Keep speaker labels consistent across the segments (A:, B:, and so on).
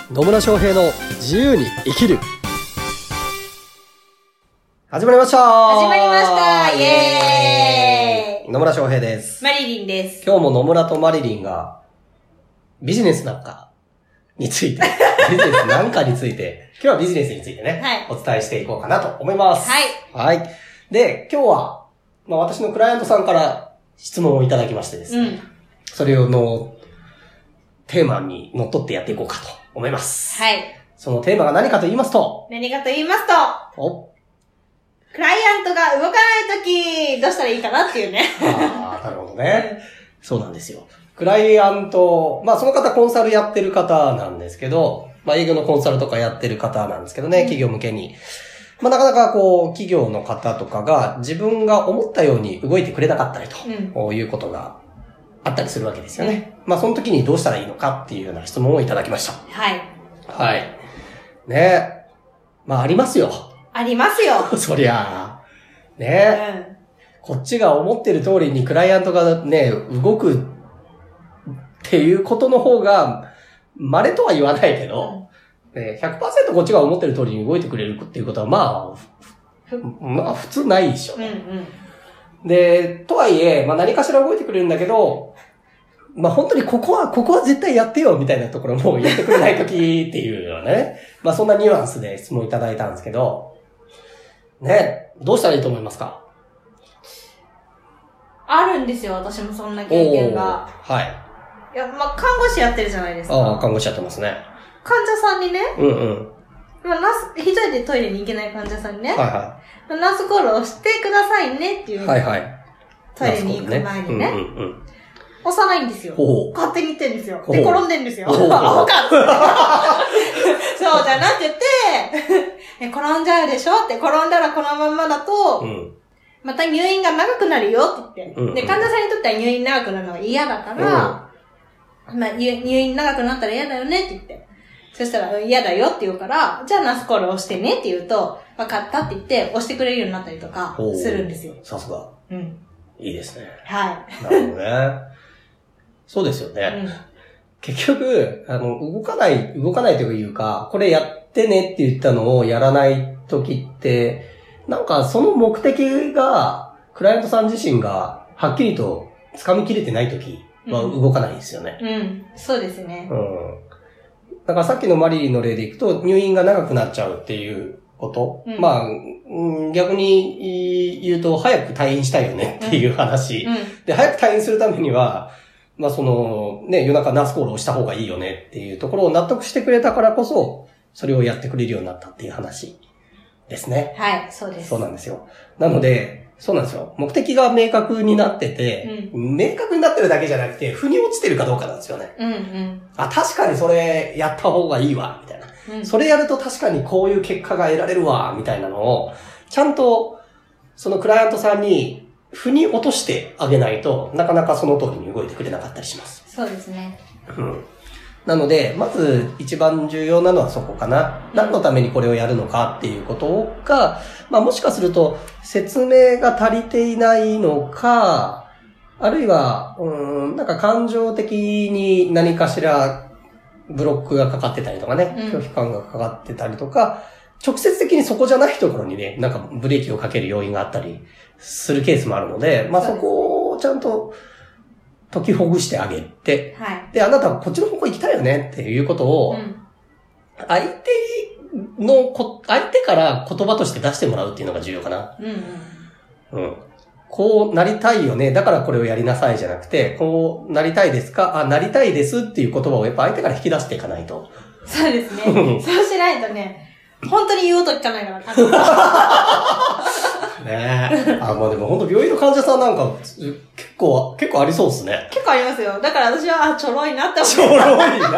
A: 野村翔平の自由に生きる。始まりました。
B: 始まりました。イエーイ。
A: 野村翔平です。
B: マリリンです。
A: 今日も野村とマリリンがビジネスなんかについて、ビジネスなんかについて、今日はビジネスについてね、はい、お伝えしていこうかなと思います。
B: はい。
A: はい。で、今日は、私のクライアントさんから質問をいただきましてですね、それのテーマにのっとってやっていこうかと思います。
B: はい。
A: そのテーマが何かと言いますと、
B: クライアントが動かないとき、どうしたらいいかなっていうね。
A: ああ、なるほどね。そうなんですよ。クライアント、その方コンサルやってる方なんですけど、営業のコンサルとかやってる方なんですけどね、企業向けに。なかなか企業の方とかが自分が思ったように動いてくれなかったりと、いうことがあったりするわけですよね。その時にどうしたらいいのかっていうような質問をいただきました。
B: はい。
A: はい。ね。ありますよ。
B: ありますよ。
A: そりゃあ。ね。こっちが思ってる通りにクライアントがね、動くっていうことの方が、稀とは言わないけど、100% こっちが思ってる通りに動いてくれるっていうことは、普通ないでしょ。で、とはいえ、何かしら動いてくれるんだけど、本当にここは絶対やってよみたいなところもやってくれないときっていうのはね、そんなニュアンスで質問いただいたんですけど、ね、どうしたらいいと思いますか？
B: あるんですよ、私もそんな経験が。
A: はい。
B: いや、看護師やってるじゃないですか。
A: ああ、看護師やってますね。
B: 患者さんにね、一人でトイレに行けない患者さんにね、ナースコールをしてくださいねっていう。はいはい。トイレに行く前にね。押さないんですよ。勝手に行ってんですよ。で、転んでんですよ。そうじゃなくて、転んじゃうでしょって、転んだらこのままだと、また入院が長くなるよって言って。で、患者さんにとっては入院長くなるのが嫌だから、入院長くなったら嫌だよねって言って。そしたら嫌だよって言うから、じゃあナスコール押してねって言うと、分かったって言って押してくれるようになったりとかするんですよ。
A: さすが。いいですね。
B: はい。
A: なるほどね。そうですよね。結局、動かないというか、これやってねって言ったのをやらないときって、その目的が、クライアントさん自身がはっきりと掴みきれてないときは動かないですよね。
B: そうですね。
A: だからさっきのマリリンの例でいくと、入院が長くなっちゃうっていうこと。逆に言うと、早く退院したいよねっていう話。で、早く退院するためには、夜中ナースコールをした方がいいよねっていうところを納得してくれたからこそ、それをやってくれるようになったっていう話ですね。
B: はい、そうです。
A: そうなんですよ。なので、そうなんですよ。目的が明確になってて、明確になってるだけじゃなくて、腑に落ちてるかどうかなんですよね。確かにそれやった方がいいわ、みたいな。それやると確かにこういう結果が得られるわ、みたいなのを、ちゃんと、そのクライアントさんに、腑に落としてあげないと、なかなかその通りに動いてくれなかったりします。
B: そうですね。
A: なので、まず一番重要なのはそこかな。何のためにこれをやるのかっていうことが、もしかすると説明が足りていないのか、あるいは、感情的に何かしらブロックがかかってたりとかね、拒否感がかかってたりとか、直接的にそこじゃないところにね、ブレーキをかける要因があったりするケースもあるので、そこをちゃんと解きほぐしてあげて、で、あなたはこっちの方向行きたいよねっていうことを、相手から言葉として出してもらうっていうのが重要かな。こうなりたいよね。だからこれをやりなさいじゃなくて、こうなりたいですか？なりたいですっていう言葉をやっぱ相手から引き出していかないと。
B: そうですね。そうしないとね、本当に言うと聞かないから。
A: ねえ。でも本当病院の患者さんなんか結構ありそうですね。
B: 結構ありますよ。だから私はちょろいなって思う。
A: ちょろいな。
B: みんな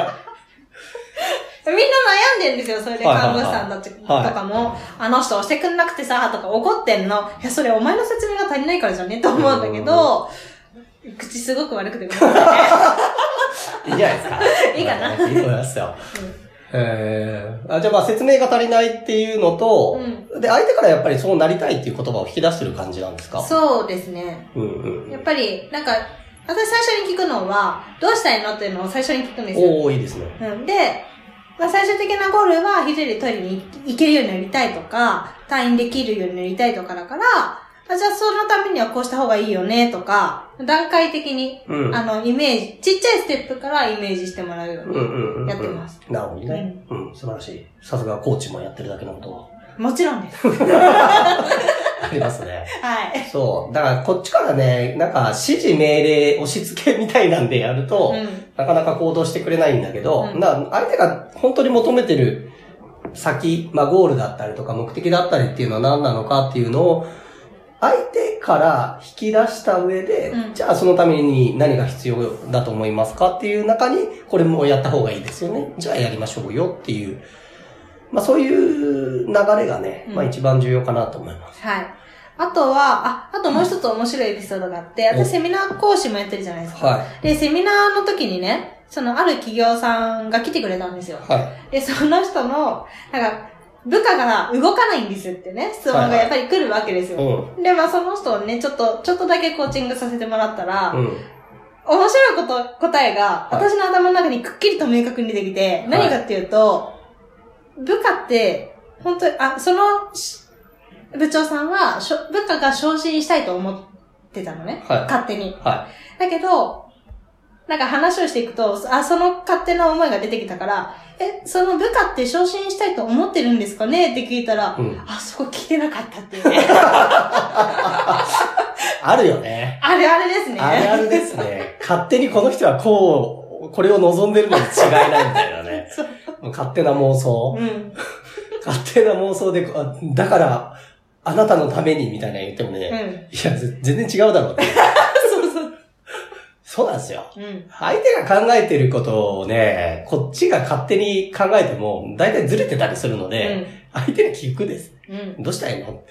B: 悩んでるんですよ。それで看護師さんたちとかも、あの人押してくんなくてさ、とか怒ってんの。いや、それお前の説明が足りないからじゃねと思うんだけど、口すごく悪くてごめんなさい。
A: いいじゃないですか。
B: いいかな。
A: いいと思いますよ。じゃあ説明が足りないっていうのと、で、相手からやっぱりそうなりたいっていう言葉を引き出してる感じなんですか？
B: そうですね。やっぱり、私最初に聞くのは、どうしたいのっていうのを最初に聞くんですよ。
A: いいですね。
B: で、 まあ、最終的なゴールは一人でトイレに行けるようになりたいとか、退院できるようになりたいとかだから、じゃあそのためにはこうした方がいいよねとか、段階的に、イメージ、ちっちゃいステップからイメージしてもらうようにやってます。
A: なるほどね。素晴らしい。さすがコーチもやってるだけのことは。
B: もちろんです。
A: ありますね。
B: はい。
A: そう。だからこっちからね、なんか指示命令押し付けみたいなんでやると、なかなか行動してくれないんだけど、相手が本当に求めてる先、まあゴールだったりとか目的だったりっていうのは何なのかっていうのを、相手から引き出した上で、じゃあそのために何が必要だと思いますかっていう中に、これもやった方がいいですよね。じゃあやりましょうよっていう。まあそういう流れがね、まあ一番重要かなと思います。
B: はい。あとは、あともう一つ面白いエピソードがあって、私セミナー講師もやってるじゃないですか。はい。で、セミナーの時にね、ある企業さんが来てくれたんですよ。はい。で、その人の、部下が動かないんですってね、質問がやっぱり来るわけですよ。で、まあその人をね、ちょっとだけコーチングさせてもらったら、面白い答えが、私の頭の中にくっきりと明確に出てきて、何かっていうと、部下って、本当に、その部長さんは、部下が昇進したいと思ってたのね。はい。勝手に。はい。だけど、話をしていくと、その勝手な思いが出てきたから、その部下って昇進したいと思ってるんですかねって聞いたら、そこ聞いてなかったっていうね。
A: あるよね。
B: あるあるですね。
A: あるあるですね。勝手にこの人はこれを望んでるのに違いないみたいなね。勝手な妄想。勝手な妄想で、だから、あなたのためにみたいな言ってもね、いや、全然違うだろうって。そうなんですよ。相手が考えてることをね、こっちが勝手に考えても、だいたいずれてたりするので、相手に聞くです。どうしたらいいのって。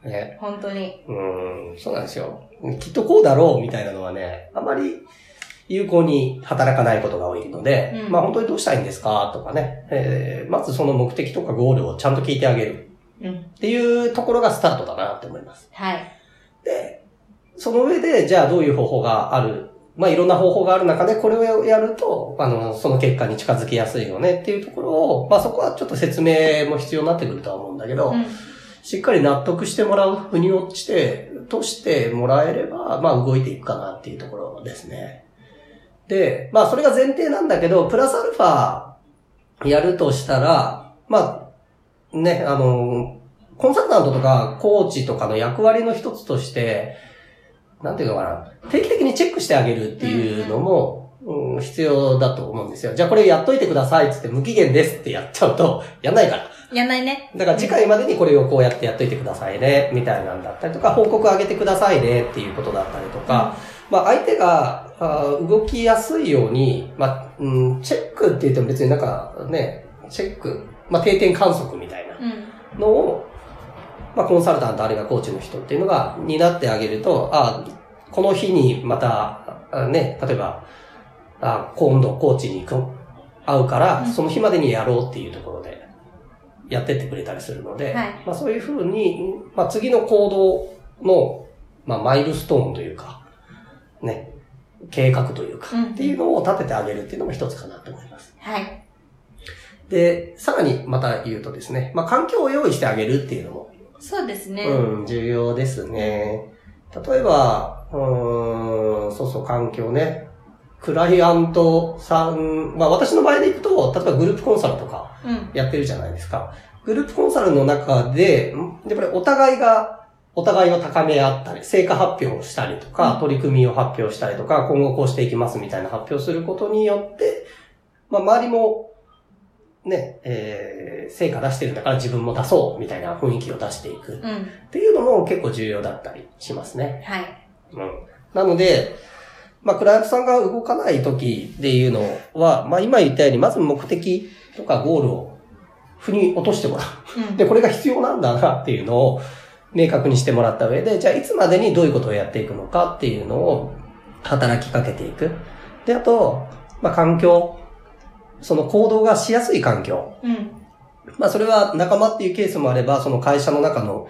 A: ね。
B: 本当に。
A: そうなんですよ。きっとこうだろうみたいなのはね、あまり有効に働かないことが多いので、まあ本当にどうしたいんですかとかね、まずその目的とかゴールをちゃんと聞いてあげる。っていうところがスタートだなって思います。
B: はい。
A: で、その上で、じゃあどういう方法がある。まあいろんな方法がある中でこれをやると、その結果に近づきやすいよねっていうところを、まあそこはちょっと説明も必要になってくるとは思うんだけど、しっかり納得してもらう、腑に落ちて、としてもらえれば、まあ動いていくかなっていうところですね。で、まあそれが前提なんだけど、プラスアルファやるとしたら、まあ、ね、コンサルタントとかコーチとかの役割の一つとして、なんていうのかな、定期的にチェックしてあげるっていうのも、必要だと思うんですよ。じゃあこれやっといてくださいって言って無期限ですってやっちゃうと、やんないから。
B: やんないね。
A: だから次回までにこれをこうやってやっといてくださいね、みたいなんだったりとか、報告あげてくださいねっていうことだったりとか、まあ相手が動きやすいように、まあ、チェックって言っても別になんかね、チェック、まあ定点観測みたいなのを、まあコンサルタントあるいはコーチの人っていうのが担ってあげると、この日にまた、ね、例えば、今度コーチに会うから、その日までにやろうっていうところで、やってってくれたりするので、まあそういうふうに、まあ次の行動の、まあマイルストーンというか、ね、計画というか、っていうのを立ててあげるっていうのも一つかなと思います。
B: はい。
A: で、さらにまた言うとですね、まあ環境を用意してあげるっていうのも、
B: そうですね。
A: 重要ですね。例えば、そう環境ね。クライアントさん、まあ私の場合でいくと、例えばグループコンサルとかやってるじゃないですか。グループコンサルの中で、やっぱりお互いを高め合ったり、成果発表をしたりとか、取り組みを発表したりとか、今後こうしていきますみたいな発表することによって、まあ周りも、ね、成果出してるんだから自分も出そうみたいな雰囲気を出していくっていうのも結構重要だったりしますね。
B: はい。
A: なので、まあクライアントさんが動かない時っていうのは、まあ今言ったようにまず目的とかゴールを腑に落としてもらう。で、これが必要なんだなっていうのを明確にしてもらった上で、じゃあいつまでにどういうことをやっていくのかっていうのを働きかけていく。で、あと、まあ環境。その行動がしやすい環境。まあそれは仲間っていうケースもあれば、その会社の中の、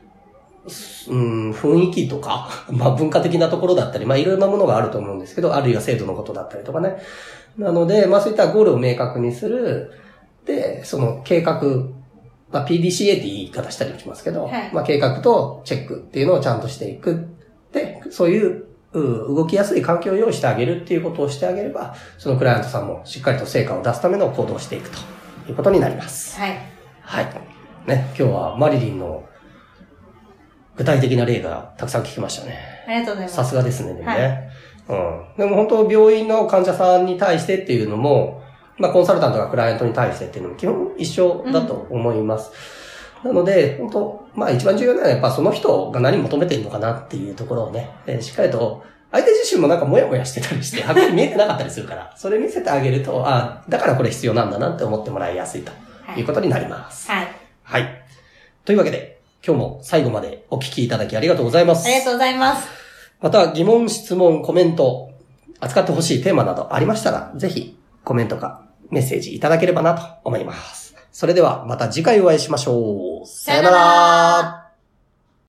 A: 雰囲気とか、まあ文化的なところだったり、まあいろんなものがあると思うんですけど、あるいは制度のことだったりとかね。なので、まあそういったゴールを明確にする、 で、その計画、PDCA って言い方したりもしますけど、計画とチェックっていうのをちゃんとしていく。で、そういう動きやすい環境を用意してあげるっていうことをしてあげれば、そのクライアントさんもしっかりと成果を出すための行動をしていくということになります。
B: はい。
A: はい。ね、今日はマリリンの具体的な例がたくさん聞きましたね。
B: ありがとうございます。
A: さすがですね、でもね。でも本当病院の患者さんに対してっていうのも、コンサルタントがクライアントに対してっていうのも基本一緒だと思います。なので、本当一番重要なのはやっぱその人が何求めているのかなっていうところをね、しっかりと、相手自身もなんかモヤモヤしてたりして、はっきり見えてなかったりするから、それ見せてあげると、だからこれ必要なんだなって思ってもらいやすいということになります。
B: はい。
A: はい。というわけで、今日も最後までお聞きいただきありがとうございます。
B: ありがとうございます。
A: また疑問、質問、コメント、扱ってほしいテーマなどありましたら、ぜひコメントかメッセージいただければなと思います。それではまた次回お会いしましょう。
B: さよなら。